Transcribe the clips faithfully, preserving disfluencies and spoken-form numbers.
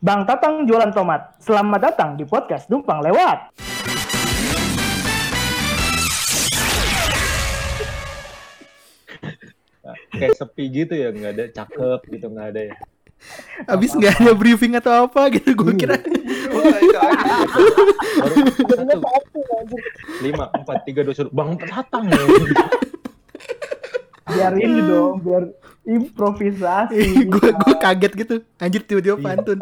Bang Tatang jualan tomat. Selamat datang di podcast Numpang Lewat. Kayak sepi gitu ya, nggak ada cakep gitu, nggak ada ya. Abis nggak ada briefing atau apa gitu, gue kira. Lima, empat, tiga, dua, suruh Bang Tatang ya. Biar ini dong, biar improvisasi. Gue gue kaget gitu, anjir tiba-tiba pantun.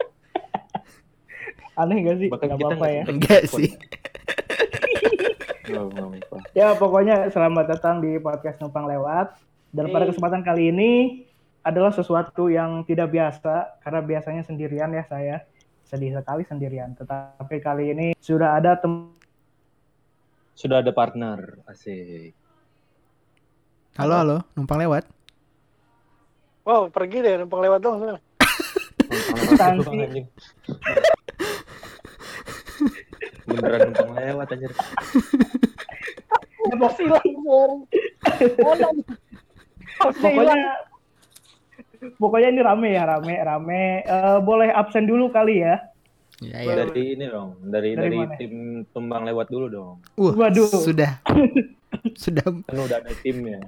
Aneh gak sih? Bahkan Gak kita apa-apa ya. Enggak sih. Oh, apa. Ya pokoknya selamat datang di podcast Numpang Lewat. Dan pada kesempatan kali ini adalah sesuatu yang tidak biasa, karena biasanya sendirian ya saya. Sedih sekali sendirian. Tetapi kali ini sudah ada tem- Sudah ada partner, asik. Halo halo, numpang lewat. Wow, pergi deh, numpang lewat dong. Sanksi. Beneran numpang lewat anjir. Ya, pok- pokoknya pokoknya ini rame ya, rame rame. Eh, boleh absen dulu kali ya. Ya, ya. Dari ini dong, dari Dari dari, mana? tim tumbang lewat dulu dong. Uh, Waduh. sudah. Sudah. Kan udah ada timnya.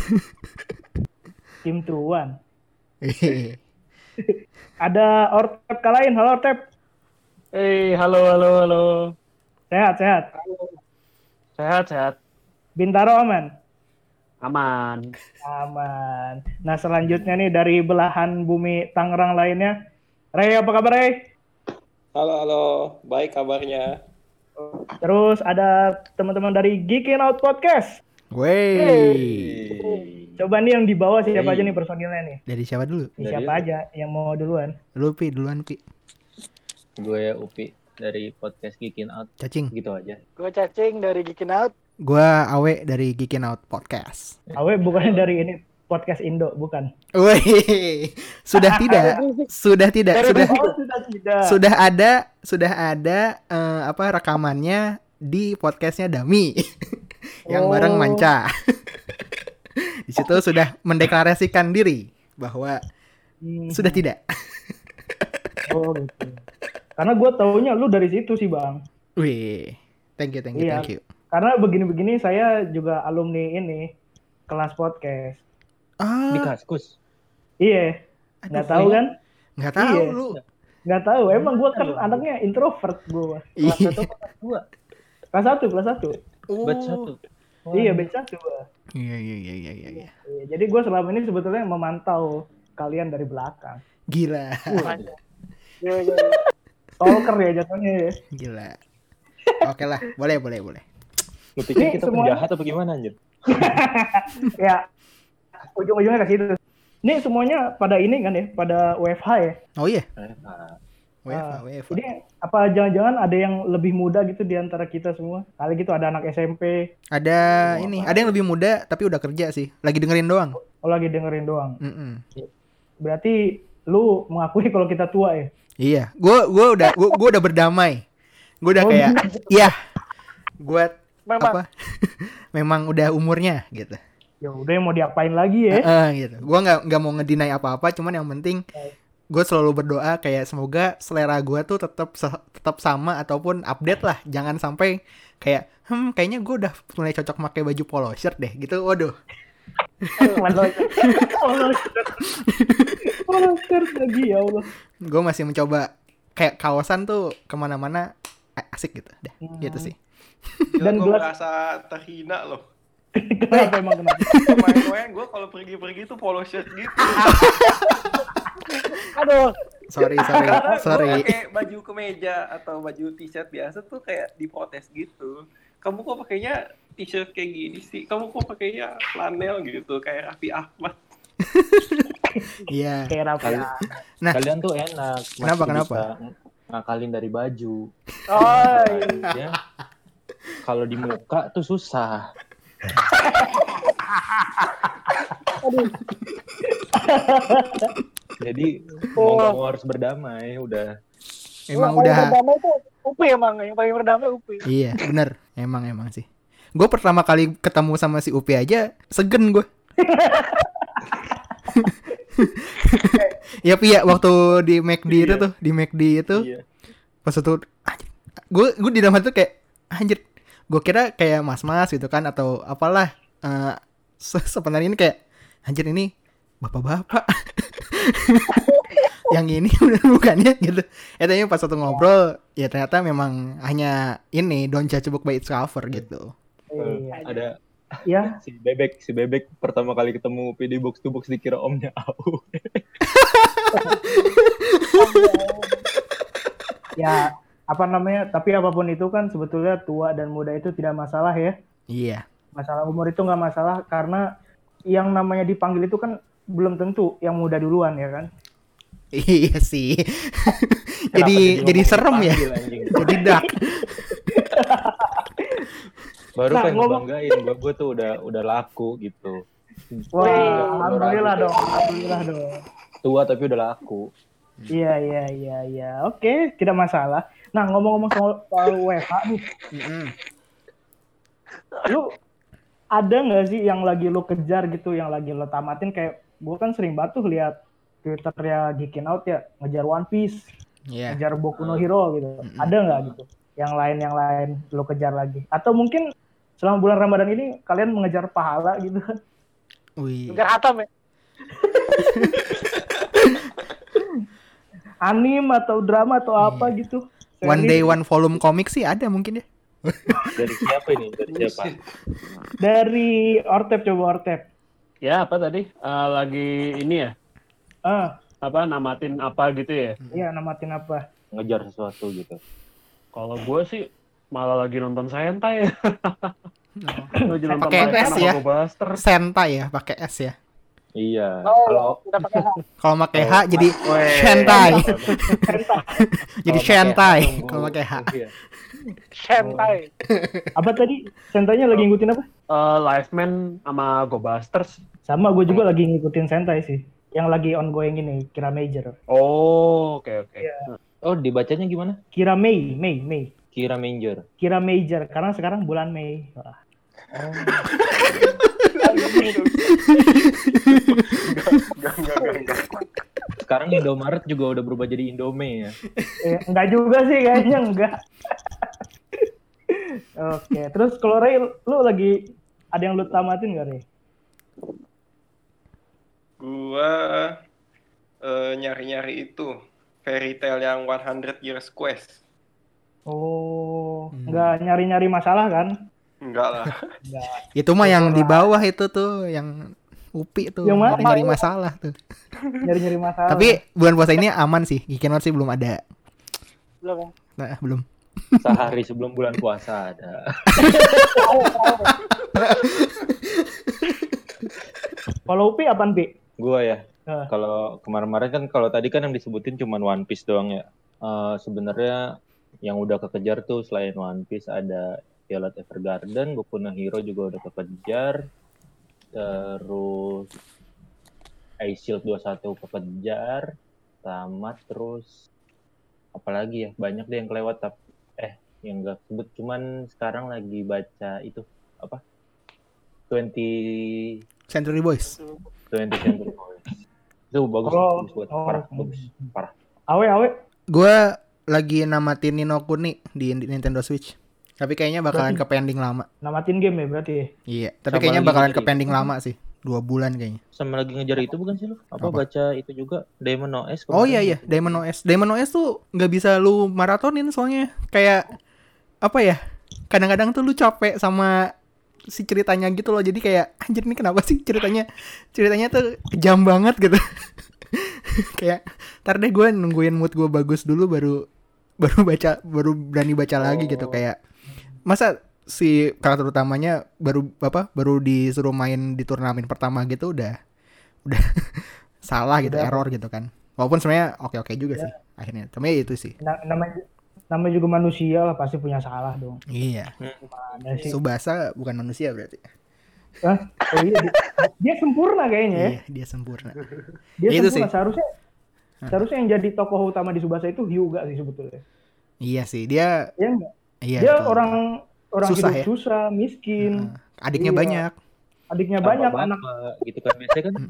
Tim Tuan. Ada Ortep kalahin. Halo Ortep. Eh, halo, halo, halo. Sehat sehat. Sehat, sehat. Bintaro aman. Aman. Aman. Nah selanjutnya nih dari belahan bumi Tangerang lainnya. Ray, apa kabar Ray? Halo, halo. Baik kabarnya. Terus ada teman-teman dari Geekin Out Podcast. Wey. Coba nih yang di bawah siapa Hey. aja nih personilnya nih? Dari siapa dulu? Nih, Dari siapa lu. aja yang mau duluan? Lu Pi, duluan Pi. Gue ya Upi dari podcast Geekin Out, Cacing. gitu aja. Gue Cacing dari Geekin Out. Gua Awe dari Geekin Out Podcast. Awe bukannya dari ini podcast Indo, bukan? Wey. Sudah tidak? Sudah tidak? Dari Sudah Oh, sudah tidak. sudah ada sudah ada eh, apa rekamannya di podcastnya Dami yang bareng Oh. Manca. Di situ sudah mendeklarasikan diri bahwa Hmm. sudah tidak. Oh gitu. Karena gue taunya lu dari situ sih bang. Wih, thank you, thank you, Iya. thank you. Karena begini-begini saya juga alumni ini kelas podcast. Di Ah, Kaskus. Iya. aduh, Nggak tahu kan? nggak tahu Iya. lu. Nggak tahu. Emang gue kan anaknya introvert gue. Kelas Iya. satu apa kelas dua? Kelas satu, kelas satu. Batch satu. Iya, batch satu gua. Iya, iya, iya, iya, iya, iya. Iya, jadi gue selama ini sebetulnya memantau kalian dari belakang. Gila, Yo, yo. Stalker ya jatuhnya ya. gila. Oke lah, boleh, boleh, boleh. Lu pikir Ini kita semua- penjahat apa gimana anjir? Ya, ujung-ujungnya ke situ. Ini semuanya pada ini kan ya, pada W F H ya. Oh iya, Eh, nah, W F H, Ah, W F H. Ini apa jangan-jangan ada yang lebih muda gitu di antara kita semua? Kali gitu ada anak S M P, Ada ini, ada yang lebih muda tapi udah kerja sih, lagi dengerin doang. oh lagi dengerin doang. Mm-mm. Berarti lu mengakui kalau kita tua ya? Iya, gua gua udah gua, gua udah berdamai. Gua udah Oh, kayak, iya, gua Memang. apa? Memang udah umurnya gitu. Ya udah mau diapain lagi ya? Heeh, gitu. Gua nggak nggak mau ngedinai apa-apa, cuman yang penting gue selalu berdoa kayak semoga selera gua tuh tetap tetap sama ataupun update lah. Jangan sampai kayak, hmm kayaknya gue udah mulai cocok pakai baju polo shirt deh gitu. Waduh. Oh, serius lagi ya Allah. Gue masih mencoba kayak kawasan tuh kemana-mana a- asik gitu. Dah, gitu sih. Dan Dan gue gelas- merasa terhina loh. Kenapa emang kenapa? Kemarin-kemarin gue kalau pergi-pergi tuh polo shirt gitu. Aduh, Sorry, sorry, Karena sorry. gue pakai baju kemeja atau baju t-shirt biasa tuh kayak diprotes gitu. Kamu kok pakainya t-shirt kayak gini sih? Kamu kok pakainya flanel gitu kayak Raffi Ahmad? Iya. Kayak apa? Kali- Nah. kalian tuh enak. masih Kenapa, kenapa? bisa ng- ngakalin dari baju. oh, Ya. Kalau di muka tuh susah. Jadi mau nggak mau harus berdamai udah. Emang Yang paling udah. berdamai tuh Upi emang, yang paling berdamai Upi. Iya, bener. Emang emang sih. Gue pertama kali ketemu sama si Upi aja segen gue. Ya Pi ya waktu di McD itu Iya. tuh, di McD itu Iya. pas itu gue gue di dalam hati tuh kayak anjir, gue kira kayak mas-mas gitu kan atau apalah, eh se- sebenarnya ini kayak anjir ini bapak-bapak. Yang ini bukannya gitu. Eh tapi pas waktu ngobrol ya ternyata memang hanya ini don't judge a book by its cover gitu. Iya. Ada Ya, si bebek, si bebek pertama kali ketemu P D box to box dikira omnya Au. ya apa namanya? Tapi apapun itu kan sebetulnya tua dan muda itu tidak masalah ya. Iya. Masalah umur itu nggak masalah karena yang namanya dipanggil itu kan belum tentu yang muda duluan ya kan. Iya sih. Kenapa jadi jadi ngomong serem ya. dipanggil, anjing? Jadi dark. Baru Nah, kan ngomong- ngebanggain gua, gua tuh udah udah laku gitu. Wah, Iya, alhamdulillah bener. dong, alhamdulillah dong. Tua tapi udah laku. Iya, iya, iya, iya. Oke, tidak masalah. Nah, ngomong-ngomong soal, soal W H nih, Mm-mm. lu ada nggak sih yang lagi lu kejar gitu, yang lagi lu tamatin? Kayak gue kan sering banget tuh lihat Twitternya Geekin Out ya, ngejar One Piece, Iya. ngejar Boku no Hero gitu. Mm-mm. Ada nggak gitu? Yang lain yang lain lu kejar lagi? Atau mungkin selama bulan Ramadan ini kalian mengejar pahala gitu kan? Wih. Ngejar hatam ya. Anim atau drama atau apa gitu? One Series. day one volume komik sih ada mungkin ya. Dari siapa ini? Dari siapa? Dari Ortep, coba Ortep. Ya apa tadi? Eh, lagi ini ya? Ah, Apa namatin apa gitu ya? iya namatin apa? Ngejar sesuatu gitu. Kalau gue sih malah lagi nonton Sentai ya. Lagi nonton Pakai Live S sama ya? Gobuster. Sentai ya, pakai S ya. Iya. Oh, Kalau udah pakai H. Kalau pakai H Oh, jadi Weh. Shentai. Jadi kalau pakai Shentai H nunggu- kalau pakai H. Iya. Sentai. Apa tadi? Sentainya lagi ngikutin apa? Eh, Liveman sama Gobusters. Sama, gue juga lagi ngikutin Sentai sih. Yang lagi ongoing ini, Kira Major. Oh, oke oke. Oh, dibacanya gimana? Kira Mei, Mei, Mei. Kira Manger. Kira Major, karena sekarang bulan Mei. Wah. Sekarang Indomaret juga udah berubah jadi Indomie ya. Eh, enggak juga sih kayaknya, enggak. Oke, terus kalau Ray, lu lagi ada yang lu tamatin gak, Ray? Gua eh, nyari-nyari itu fairy tale yang one hundred Years Quest. Oh, Hmm. enggak nyari-nyari masalah kan? Enggak lah. Enggak. Itu mah yang di bawah itu tuh yang Upi tuh Yang mana? nyari masalah tuh. Nyari-nyari masalah. Tapi bulan puasa ini aman sih. Geekin Out sih belum ada. Belum ya. Nah, belum. Sehari sebelum bulan puasa ada. Kalau Upi apaan, Pi? Gua ya. Ah. Kalau kemarin-kemarin kan kalau tadi kan yang disebutin cuma One Piece doang ya. Eh, sebenarnya yang udah kekejar tuh selain One Piece ada Violet Evergarden, Boku no Hero juga udah kekejar. Terus Ice Shield dua puluh satu kekejar, tamat terus apalagi ya, banyak deh yang kelewat tapi eh yang enggak sebut, cuman sekarang lagi baca itu apa? twenty Century Boys. twenty Century Boys. Itu bagus, Oh, bagus buat oh. parah, bagus, parah. Awe, awe. Gue lagi namatin Ni no Kuni di Nintendo Switch. Tapi kayaknya bakalan ke Berarti- pending lama. Namatin game ya berarti. Iya, tapi Sama kayaknya lagi bakalan ngejar ke pending lama sih. Dua bulan kayaknya. Sama lagi ngejar itu bukan sih lu? Apa, Apa? baca itu juga Demon O S? Oh kemarin iya iya, gitu. Diamond O S. Diamond O S tuh nggak bisa lu maratonin soalnya kayak apa ya? Kadang-kadang tuh lu capek sama si ceritanya gitu loh. Jadi kayak anjir nih kenapa sih ceritanya ceritanya tuh kejam banget gitu. Kayak ntar deh gue nungguin mood gue bagus dulu baru baru baca baru berani baca lagi gitu. Oh. Kayak masa si karakter utamanya baru apa baru disuruh main di turnamen pertama gitu udah udah salah gitu, Udah. error gitu kan. Walaupun sebenarnya oke-oke juga sih akhirnya. Tapi ya itu sih. Na- namanya namanya juga manusia lah, pasti punya salah dong. Iya. Gimana sih? Subasa bukan manusia berarti. Hah? Oh iya, dia, dia sempurna kayaknya ya. Iya, dia sempurna. Dia Ya, itu sempurna. sih. Seharusnya seharusnya yang jadi tokoh utama di Subasa itu Hyuga sih sebetulnya. Iya sih, dia Ya enggak? iya. dia betul. orang orang Susah hidup ya? susah, miskin. Heeh. Adiknya Iya. banyak. Adiknya Sama banyak, bapak, anak gitu kan biasanya kan Mm-mm.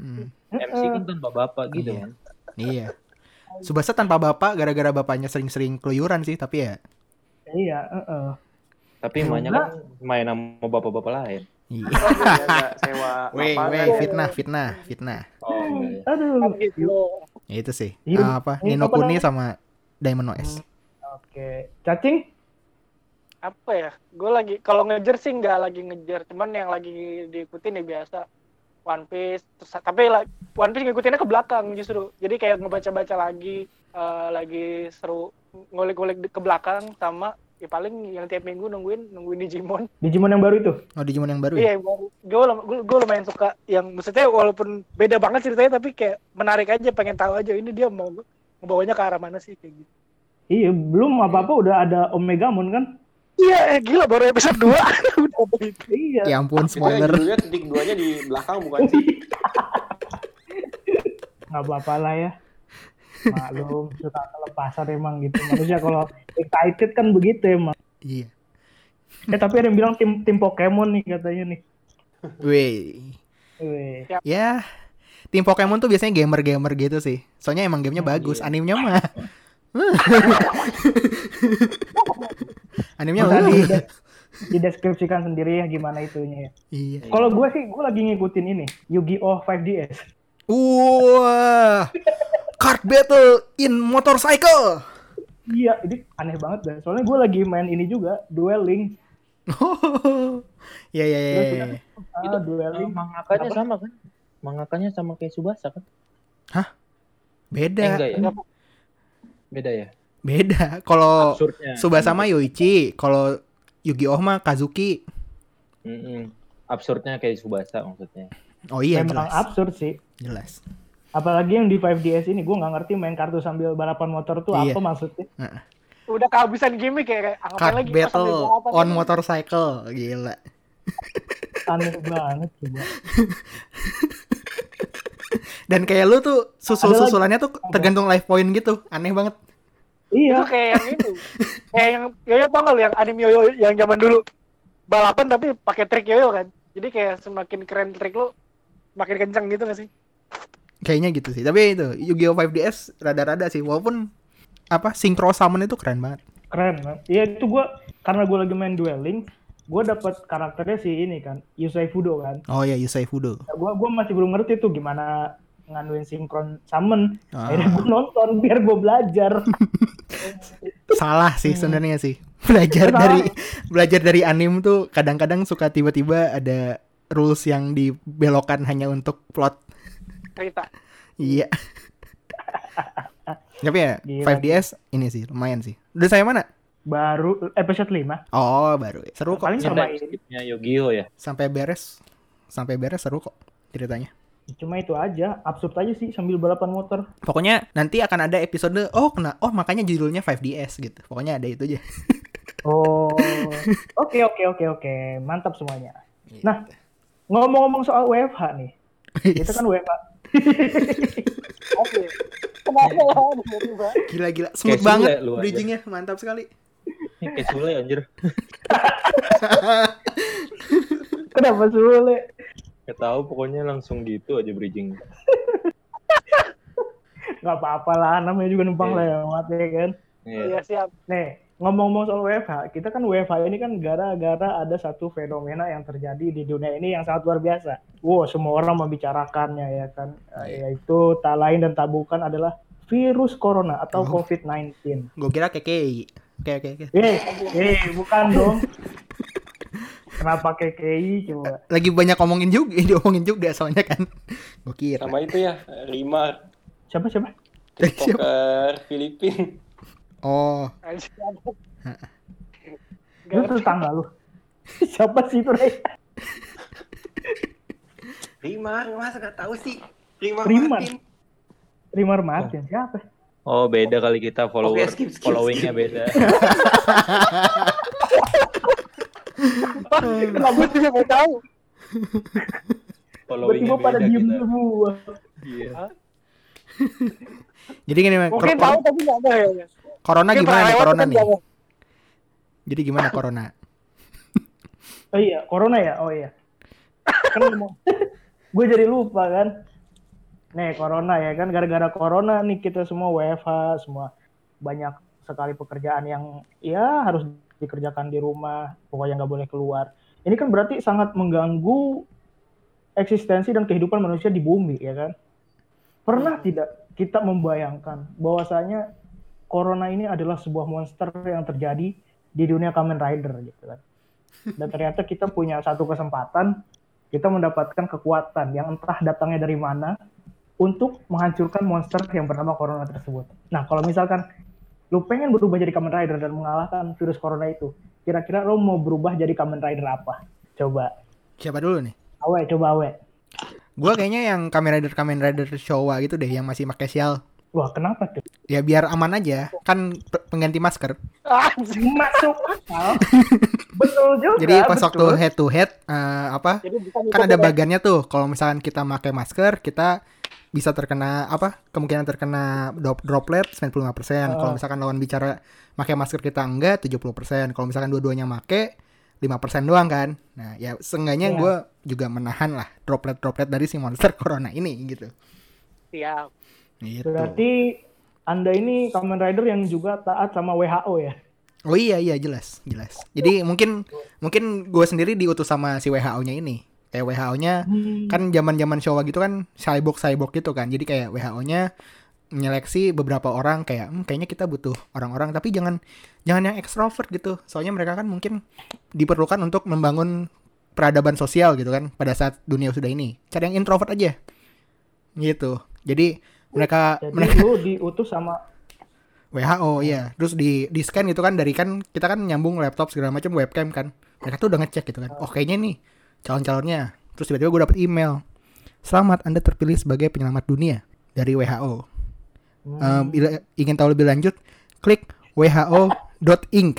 M C kan tanpa bapak gitu Iya. kan. Iya. Subasa tanpa bapak gara-gara bapaknya sering-sering keluyuran sih, tapi ya. Iya, heeh. Tapi emaknya kan main sama bapak-bapak lain. Iya. Dia nggak sewa Weh, lapangan. weh, fitnah, fitnah, fitnah. Oh, enggak ya. Aduh. Gitu. Ya itu sih. Iya. Ah, apa? Ini Nino apa Kuni namanya? sama Diamond O S. Oke. Cacing? Apa ya? Gue lagi kalau ngejar sih nggak lagi ngejar, cuman yang lagi diikutin ya biasa One Piece. Terus, tapi la- One Piece ngikutinnya ke belakang justru. Jadi kayak ngebaca-baca lagi, eh, lagi seru ngulik-ngulik di- ke belakang sama ya paling yang tiap minggu nungguin nungguin Digimon. Digimon yang baru itu? Oh, Digimon yang baru Iya, ya? gue gue lumayan suka yang maksudnya walaupun beda banget ceritanya tapi kayak menarik aja, pengen tahu aja ini dia mau ngebawanya ke arah mana sih kayak gitu. Iya, belum apa-apa udah ada Omegamon kan? Iya, eh, gila baru episode dua udah begitu. Iya. Ya ampun, Itu spoiler. judulnya titik duanya di belakang bukan sih? Nggak apa-apa lah ya. Maklum, suka kelepasan emang gitu. Manusia kalau excited kan begitu emang. Iya. Eh tapi ada yang bilang tim tim Pokemon nih katanya nih. Weh. Weh. Ya, tim Pokemon tuh biasanya gamer-gamer gitu sih. Soalnya emang gamenya Oh, bagus. iya. Animenya mah. Animenya Bisa mah. di, dideskripsikan sendiri ya gimana itunya ya. Iya. Kalau gue sih, gue lagi ngikutin ini, Yu-Gi-Oh! five D S. Wah. Card battle in motorcycle. Iya, ini aneh banget dah. Soalnya gue lagi main ini juga, Duel Link. Iya, iya, iya. Terus iya. udah, ah, Itu Duel eh, Link. mangakanya Apa? sama kan? Mangakanya sama kayak Subasa kan? Eh, Beda. enggak ya? Beda ya? Beda. Kalau Absurdnya. Subasa mah Yoichi, kalau Yu-Gi-Oh mah Kazuki. Mm-mm. Absurdnya kayak Subasa maksudnya. Oh iya, Memang jelas. absurd sih. Jelas. Apalagi yang di five D S ini, gue nggak ngerti main kartu sambil balapan motor tuh Iya. apa maksudnya. Udah kehabisan gimmick ya kayak ngapain Card lagi pas sambil battle balapan on gitu. motorcycle. Gila. Aneh banget coba. Dan kayak lu tuh susul-susulannya tuh tergantung life point gitu. Aneh banget. Itu Iya, kayak yang itu. Kayak yang Yoyo tau nggak lu yang anime Yoyo yang zaman dulu balapan tapi pakai trik Yoyo kan. Jadi kayak semakin keren trik lu makin kencang gitu nggak sih? Kayaknya gitu sih. Tapi itu Yu-Gi-Oh! five D S rada-rada sih. Walaupun apa synchro summon itu keren banget. keren. Man. Iya itu gue, karena gue lagi main Duel Link, gue dapet karakternya si ini kan, Yusei Fudo kan. Oh ya, Yusei Fudo. Gue gua masih belum ngerti tuh gimana nganuin sinkron summon. Ah. Akhirnya gue nonton biar gue belajar. Salah sih sebenarnya sih. Belajar Salah. dari belajar dari anime tuh kadang-kadang suka tiba-tiba ada rules yang dibelokkan hanya untuk plot. Cerita. Iya. Tapi ya Gila. five D S ini sih lumayan sih. Udah saya mana? Baru episode lima. Oh, baru. Seru kok. Paling sama ini. Skipnya Yu-Gi-Oh ya. Sampai beres. Sampai beres seru kok ceritanya. Cuma itu aja, absurd aja sih sambil balapan motor. Pokoknya nanti akan ada episode oh kena oh makanya judulnya five D S gitu. Pokoknya ada itu aja. Oh, oke oke oke oke, mantap semuanya. Nah, ngomong-ngomong soal W F H nih, kita kan W F H. Oke. Kenapa lah tiba-tiba? Gila-gila, smooth Kayak banget Sule lu aja. bridgingnya, mantap sekali. Ini kayak Sule anjir. Kenapa sulit? Gak tahu pokoknya langsung gitu aja bridging. Gak apa-apa lah, namanya juga numpang Iya. lewat ya kan. Iya. Iya siap. Nih, ngomong-ngomong soal W F H, kita kan W F H ini kan gara-gara ada satu fenomena yang terjadi di dunia ini yang sangat luar biasa. Wow, semua orang membicarakannya ya kan. Eh, Yaitu tak lain dan tak bukan adalah virus corona atau Oh. covid sembilan belas. Gue kira K K I. Oke oke oke. Eh, eh, bukan dong. Kenapa K K I coba? Lagi banyak ngomongin juga, diomongin juga soalnya kan. Gue kira. Sama itu ya, Rima, Siapa siapa? Siapa? poker Filipin. Oh, Anjir. Lu tetangga lu. Siapa sih itu, Rey? Rima, masa nggak tahu sih? Rima Rima. Martin. Rimar Martin, siapa? Oh beda kali kita follower Oke, skip, skip, followingnya skip. beda. Kenapa sih nggak tahu? Followingnya Tiba-tiba pada beda diem kita. semua. Iya. jadi gini Mak, Mungkin kor- tahu tapi nggak tahu ya. corona Mungkin gimana pernah nih lewat corona tapi nih? nggak tahu. Jadi gimana corona? Oh iya, corona ya? Oh iya. Kan ngomong. Gue jadi lupa kan. nih corona ya kan, gara-gara corona nih kita semua W F H, semua banyak sekali pekerjaan yang ya harus dikerjakan di rumah, pokoknya nggak boleh keluar. Ini kan berarti sangat mengganggu eksistensi dan kehidupan manusia di bumi ya kan. Pernah tidak kita membayangkan bahwasanya corona ini adalah sebuah monster yang terjadi di dunia Kamen Rider gitu kan. Dan ternyata kita punya satu kesempatan, kita mendapatkan kekuatan yang entah datangnya dari mana untuk menghancurkan monster yang bernama corona tersebut. Nah, kalau misalkan lu pengen berubah jadi Kamen Rider dan mengalahkan virus corona itu, kira-kira lu mau berubah jadi Kamen Rider apa? Coba. Siapa dulu nih? Awe, coba Awe. Gua kayaknya yang Kamen Rider Kamen Rider Showa gitu deh, yang masih pakai sial. Wah, kenapa tuh? Ya biar aman aja, kan pengganti masker. Masuk akal. Betul juga. Jadi pas betul. waktu head to head uh, apa? Kan ada bagannya tuh. Kalau misalkan kita pakai masker, kita bisa terkena apa? Kemungkinan terkena droplet sembilan puluh lima persen. Uh. Kalau misalkan lawan bicara pakai masker kita enggak tujuh puluh persen. Kalau misalkan dua-duanya make lima persen doang kan. Nah, ya seenggaknya yeah. gue juga menahan lah droplet-droplet dari si monster corona ini gitu. Siap. Gitu. Berarti Anda ini Kamen Rider yang juga taat sama W H O ya? Oh iya iya jelas jelas. Jadi mungkin mungkin gue sendiri diutus sama si W H O-nya ini. Kayak W H O-nya hmm. kan zaman-zaman Showa gitu kan cyborg cyborg gitu kan. Jadi kayak W H O-nya menyeleksi beberapa orang kayak hm, kayaknya kita butuh orang-orang tapi jangan jangan yang ekstrovert gitu. Soalnya mereka kan mungkin diperlukan untuk membangun peradaban sosial gitu kan pada saat dunia sudah ini. Cari yang introvert aja. Gitu. Jadi mereka Jadi mereka lu diutus sama W H O ya. Terus di di scan itu kan dari kan kita kan nyambung laptop segala macam webcam kan. Mereka tuh udah ngecek gitu kan. Oh kayaknya nih calon-calonnya. Terus tiba-tiba gue dapet email. Selamat Anda terpilih sebagai penyelamat dunia dari W H O. Hmm. Uh, bila ingin tahu lebih lanjut, klik w h o dot inc.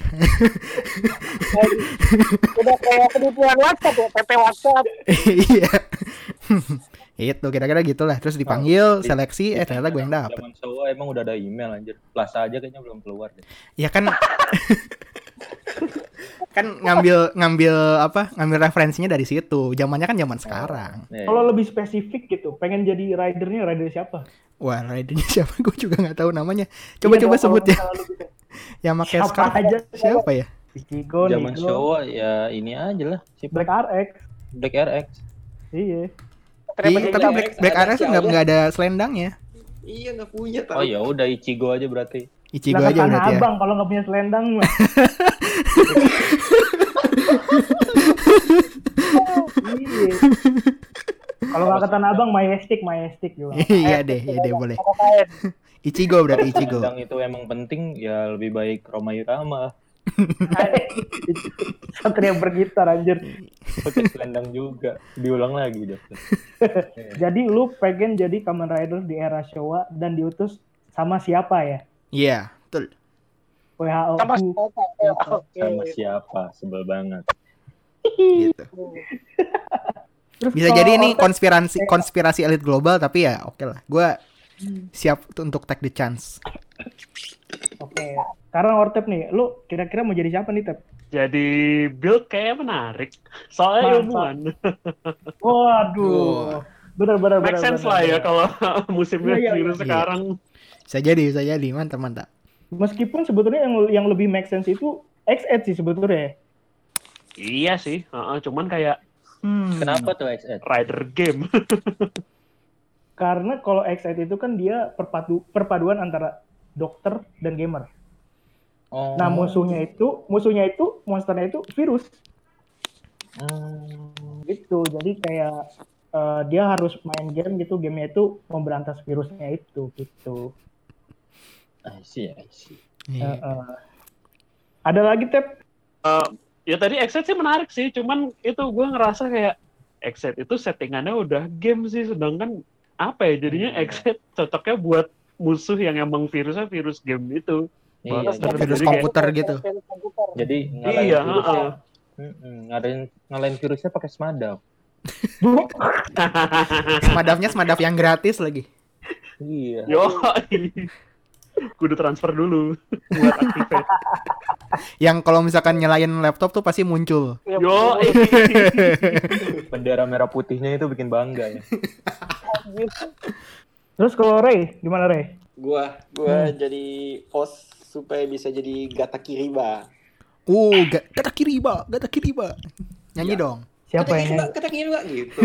Udah kayak penipuan WhatsApp ya, P P WhatsApp. Iya. Itu kira-kira gitulah. Terus dipanggil, seleksi, eh ternyata gue yang dapet. Zaman Showa emang udah ada email anjir. Plaza aja kayaknya belum keluar deh. Ya kan kan ngambil ngambil apa? Ngambil referensinya dari situ. Zamannya kan zaman sekarang. Oh, iya. Kalau lebih spesifik gitu, pengen jadi ridernya rider siapa? Wah, ridernya siapa? Gue juga nggak tahu namanya. Coba-coba iya, sebut ya. Yang pakai scarf aja siapa ya? Ichigo, zaman Showa ya ini aja lah. Siapa? Black R X. Black R X. Iya. Iya, tapi Black, Black R X nggak nggak ada selendangnya. Iya nggak punya tahu. Oh ya udah Ichigo aja berarti. Ichigo nah, aja berarti ya. Abang kalau nggak punya selendang mah. Kalau nggak ke Tanah Abang, Majestic, Majestic juga. Iya deh, iya deh boleh. Ichigo berarti Ichigo. Selendang itu emang penting, ya lebih baik Roma Irama. Satria bergitar anjir. Pakai selendang juga, diulang lagi deh. Jadi lu pengen jadi Kamen Rider di era Showa dan diutus sama siapa ya? Iya, betul. W H O. Sama siapa? Ya, okay. Sama siapa? Sebel banget. Gitu. Bisa jadi ini konspirasi konspirasi elit global tapi ya oke okay lah. Gue siap untuk take the chance. Oke. Okay. Sekarang Ortep nih, lu kira-kira mau jadi siapa nih, Tep? Jadi build kayak menarik. Soalnya ilmuwan. Waduh. Benar-benar Make sense lah ya kalau musimnya iya, iya, virus iya. sekarang. Bisa jadi, bisa jadi. Mantap, mantap. Meskipun sebetulnya yang yang lebih make sense itu X eight sih sebetulnya. Iya sih, uh-uh, cuman kayak hmm. Kenapa tuh X eight? Rider game. Karena kalau X eight itu kan dia perpadu, perpaduan antara dokter dan gamer. Oh. Nah musuhnya itu, musuhnya itu, monsternya itu virus. Hmm. Gitu, jadi kayak uh, dia harus main game gitu, gamenya itu memberantas virusnya itu, gitu. I see, I see. Yeah. Uh, uh. Ada lagi Tep? Uh, ya tadi X eight sih menarik sih, cuman itu gue ngerasa kayak X eight itu settingannya udah game sih, sedangkan apa ya jadinya hmm. X eight cocoknya buat musuh yang emang virusnya virus game itu. Iya, virus komputer kayak, gitu. Jadi ngalahin iya, virusnya, uh-uh. ngalahin, ngalahin virusnya pakai Smadaf. Smadafnya Smadaf yang gratis lagi. Iya. Yo, kudu transfer dulu buat activate. Yang kalau misalkan nyalain laptop tuh pasti muncul. Yo, bendera merah putihnya itu bikin bangga ya. Terus kalau Ray, gimana Ray? Gua gua Hmm. jadi host supaya bisa jadi Gata Kiriba. Oh, ga- Gata Kiriba, Gata Kiriba. Nyanyi Ya. dong. Siapa Gata yang Kiriba, nyanyi? Gata Kiriba gitu.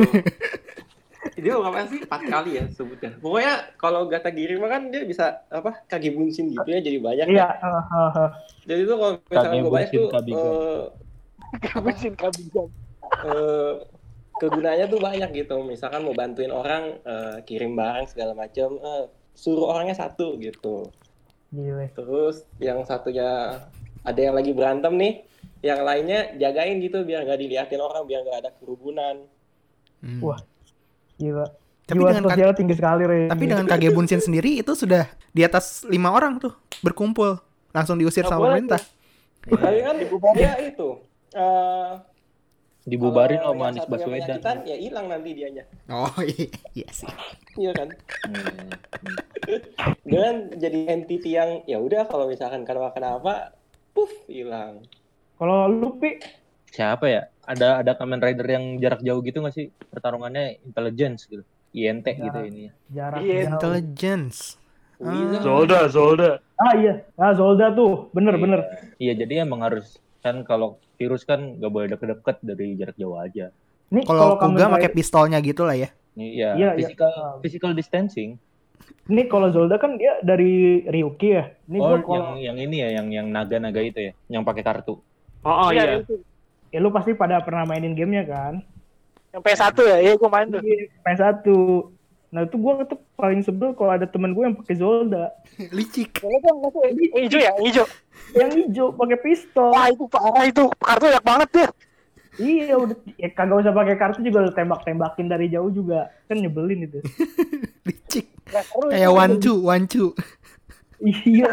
Dia ngapain sih empat kali ya sebutnya. Pokoknya kalau Gata Kiriba kan dia bisa apa kaki buncin gitu ya jadi banyak Iya, ya. uh, uh, uh. Jadi tuh kalau misalkan Kage gue banyak buncin tuh kabigan. eh, Kabisin kabijan. eh, kegunaannya tuh banyak gitu. Misalkan mau bantuin orang eh, kirim barang segala macam, eh, suruh orangnya satu gitu. Gila. Terus yang satunya ada yang lagi berantem nih, yang lainnya jagain gitu biar nggak diliatin orang, biar nggak ada kerumunan. Hmm. Wah, gila. Tapi Jiwa dengan sosialnya tinggi sekali Ray. Tapi dengan Kage Bunshin sendiri itu sudah di atas lima orang tuh berkumpul, langsung diusir Nggak sama boleh pemerintah. Tapi kan dia itu eh, Dibubarin kalau sama yang Anies satunya Baswedan. penyakitan, ya hilang nanti dianya. Oh iya, iya sih. Iya kan? Hmm. Dengan jadi entity yang ya udah kalau misalkan kenapa kenapa, puff hilang. Kalau lu Pi, Siapa ya? Ada ada Kamen Rider yang jarak jauh gitu nggak sih? Pertarungannya intelligence gitu. I N T gitu Jarak. ini. jarak Iya, jauh. Intelligence. Wiza. Zolda, Zolda. Ah iya, ah Zolda tuh, bener Iya. bener. Iya, jadi emang harus kan kalau virus kan nggak boleh deket-deket dari jarak jauh aja. Nih Kalau Kamen Kuga pakai Rider- pistolnya gitu lah ya. Ini ya Iya, iya. physical Ah. physical distancing. Nih kalau Zolda kan dia dari Ryuki ya. Nih Oh, gua kalau yang yang ini ya, yang yang naga-naga itu ya, yang pakai kartu. Oh, oh iya. itu. ya lu pasti pada pernah mainin gamenya kan? Yang P S satu ya, iya gue main tuh. Iya, P S satu. Nah itu gue tuh paling sebel kalau ada temen gue yang pakai Zolda, Licik. Kalau kan masuk yang hijau ya, yang hijau. yang hijau pakai pistol. Wah itu parah itu, kartu banyak banget deh. Iya udah, ya kagak usah pakai kartu juga lu tembak-tembakin dari jauh juga kan nyebelin itu. Licik. Gak seru Kayak itu. Wancu, Wancu. Iya.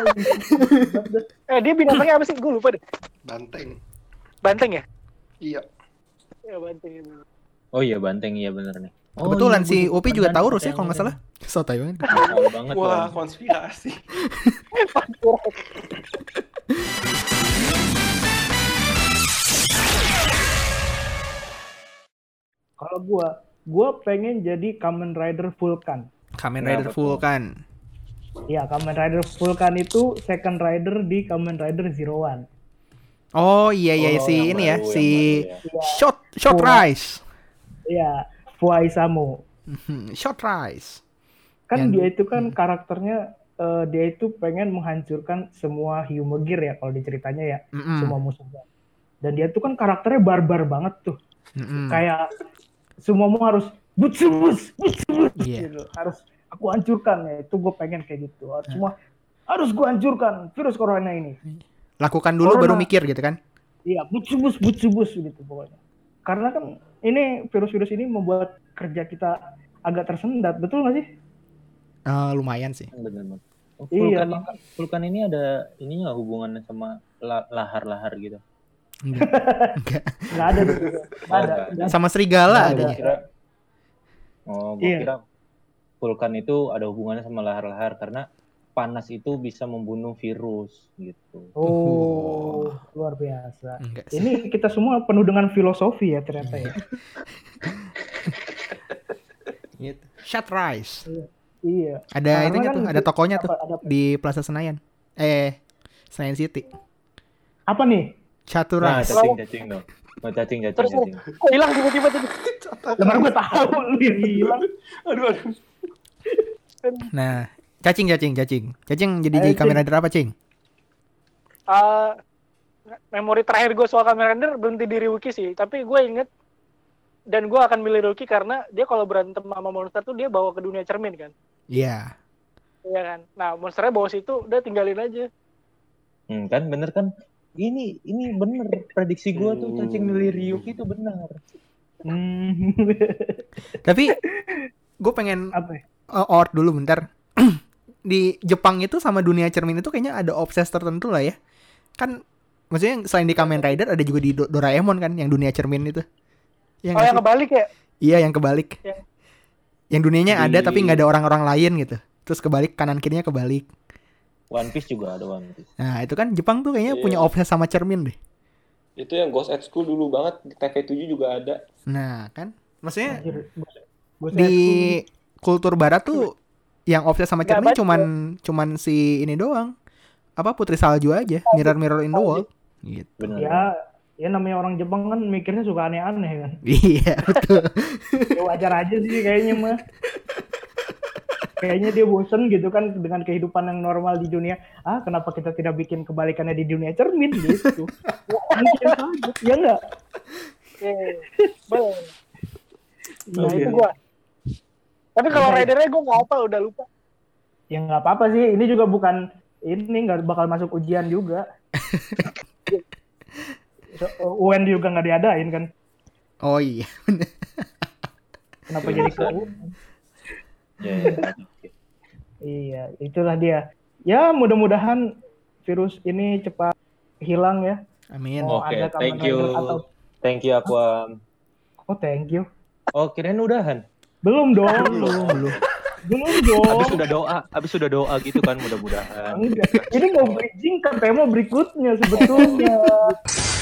Eh dia binatangnya apa sih? Gue lupa deh. Banteng. Banteng ya? Iya. Ya banteng itu. Oh iya, banteng, iya bener nih. Oh, Kebetulan iya, si gua Upi juga pernah Taurus ya yang kalau nggak ini. salah. Sotoy banget. Tahu banget Wah, Bang. konspirasi. Kalau gue, gue pengen jadi Kamen Rider Vulcan. Kamen Kenapa Rider tuh? Vulcan. Iya, Kamen Rider Vulcan itu second rider di Kamen Rider Zero One. Oh iya iya Oh, si yang ini ya, baru, si yang baru ya. Shot Shot Oh. Rise. Iya, Fuaisamu. Mhm, Shot Rise. Kan Yang- dia itu kan karakternya eh, dia itu pengen menghancurkan semua Hyumegear ya kalau diceritanya ya, Mm-mm. semua musuhnya. Dan dia tuh kan karakternya barbar banget tuh. Mm-mm. Kayak semuamu harus butsubus, butsubus Iya. gitu. Harus aku hancurkan ya. Itu gue pengen kayak gitu. Harus semua harus gue hancurkan virus corona ini. Lakukan dulu Corona. baru mikir gitu kan. Iya, butsubus, butsubus gitu pokoknya. Karena kan ini virus-virus ini membuat kerja kita agak tersendat, betul nggak sih? Eh, lumayan sih. Bener banget. Oh, Iya, Vulkan, ini, Vulkan ini ada ini nggak hubungannya sama la- lahar-lahar gitu? Enggak. Enggak. Nggak ada, nggak ada. nggak nggak ada. Sama serigala Nggak ada. adanya. Kira, oh, gue Iya. kira vulkan itu ada hubungannya sama lahar-lahar karena panas itu bisa membunuh virus gitu. Oh, luar biasa. Enggak sih. Ini kita semua penuh dengan filosofi ya ternyata ya. Gitu. Shot Rise. Iya. Ada Karena itunya kan tuh, ada tokonya apa- tuh ada- di Plaza Senayan. Eh, Senayan City. Apa nih? Shot Nah, Rise. cacing cacing dong. Mau cacing cacing Terus cacing. kok hilang tiba-tiba tadi? Lemar gue tahu lu yang hilang. Aduh, aduh. Nah, cacing cacing cacing. Cacing jadi Ayo, jadi Cing. Kamen Rider apa, Cing? Eh, memori terakhir gue soal Kamen Rider berhenti di Ryuki sih, tapi gue inget dan gue akan milih Ryuki karena dia kalau berantem sama monster tuh dia bawa ke dunia cermin kan, Iya. iya kan. Nah monsternya bawa situ, udah tinggalin aja. Hmm, kan bener kan? Ini ini bener prediksi gua tuh cacing milih Ryuki itu benar. Hmm. Tapi gue pengen Apa ya? uh, out dulu bentar. Di Jepang itu sama dunia cermin itu kayaknya ada obses tertentu lah ya. Kan maksudnya selain di Kamen Rider ada juga di Do- Doraemon kan yang dunia cermin itu. Ya Oh nggak yang sih? kebalik ya? Iya yang kebalik. Yang- Yang dunianya Di- ada tapi nggak ada orang-orang lain gitu. Terus kebalik kanan kirinya kebalik. One Piece juga ada One Piece. Nah itu kan Jepang tuh kayaknya Iya. punya obses sama cermin deh. Itu yang Ghost at School dulu banget di T V tujuh juga ada. Nah kan maksudnya Anjir, gua- gua di saya kultur barat tuh Yang offset sama Nggak cermin baca. cuman cuman si ini doang. Apa Putri Salju aja, Mirror Mirror in the Wall. Gitu. Benar. Ya, ya namanya orang Jepang kan mikirnya suka aneh-aneh kan. Iya, betul. Ya wajar aja sih kayaknya mah. Kayaknya dia bosen gitu kan dengan kehidupan yang normal di dunia. Ah, kenapa kita tidak bikin kebalikannya di dunia cermin gitu? Mungkin aja, ya enggak? Iya, boleh. Nah Iya. itu gua. Tapi kalau Iya. ridernya gua nggak apa, udah lupa. Ya nggak apa-apa sih. Ini juga bukan ini nggak bakal masuk ujian juga. So, U N juga nggak diadain kan? Oh iya. Kenapa Iya, jadi bisa. ke U? Ya, ya. Iya, itulah dia. Ya mudah-mudahan virus ini cepat hilang ya. Amin. Mau Oke, ada Kamen thank you. Rider atau Thank you Aquam. oh thank you. Oh, kirain udahan. Belum dong. Belum, belum. Belum dong. Habis sudah doa, habis sudah doa gitu kan mudah-mudahan. Enggak. Ini mau bridging ke tema berikutnya sebetulnya.